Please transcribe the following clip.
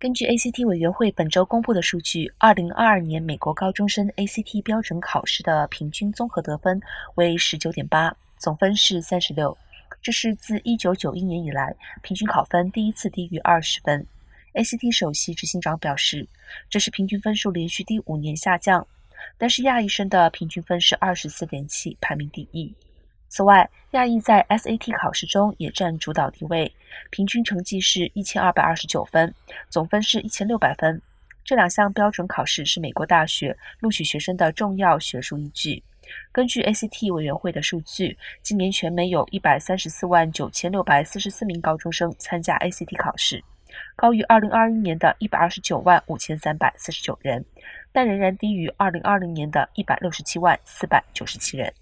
根据 ACT 委员会本周公布的数据，2022年美国高中生 ACT 标准考试的平均综合得分为 19.8， 总分是36，这是自1991年以来平均考分第一次低于20分。ACT 首席执行长表示，这是平均分数连续第5年下降，但是亚裔生的平均分是 24.7， 排名第一。此外，亚裔在 SAT 考试中也占主导地位，平均成绩是1229分，总分是1600分。这两项标准考试是美国大学录取学生的重要学术依据。根据 ACT 委员会的数据，今年全美有134万9644名高中生参加 ACT 考试，高于2021年的129万5349人，但仍然低于2020年的167万497人。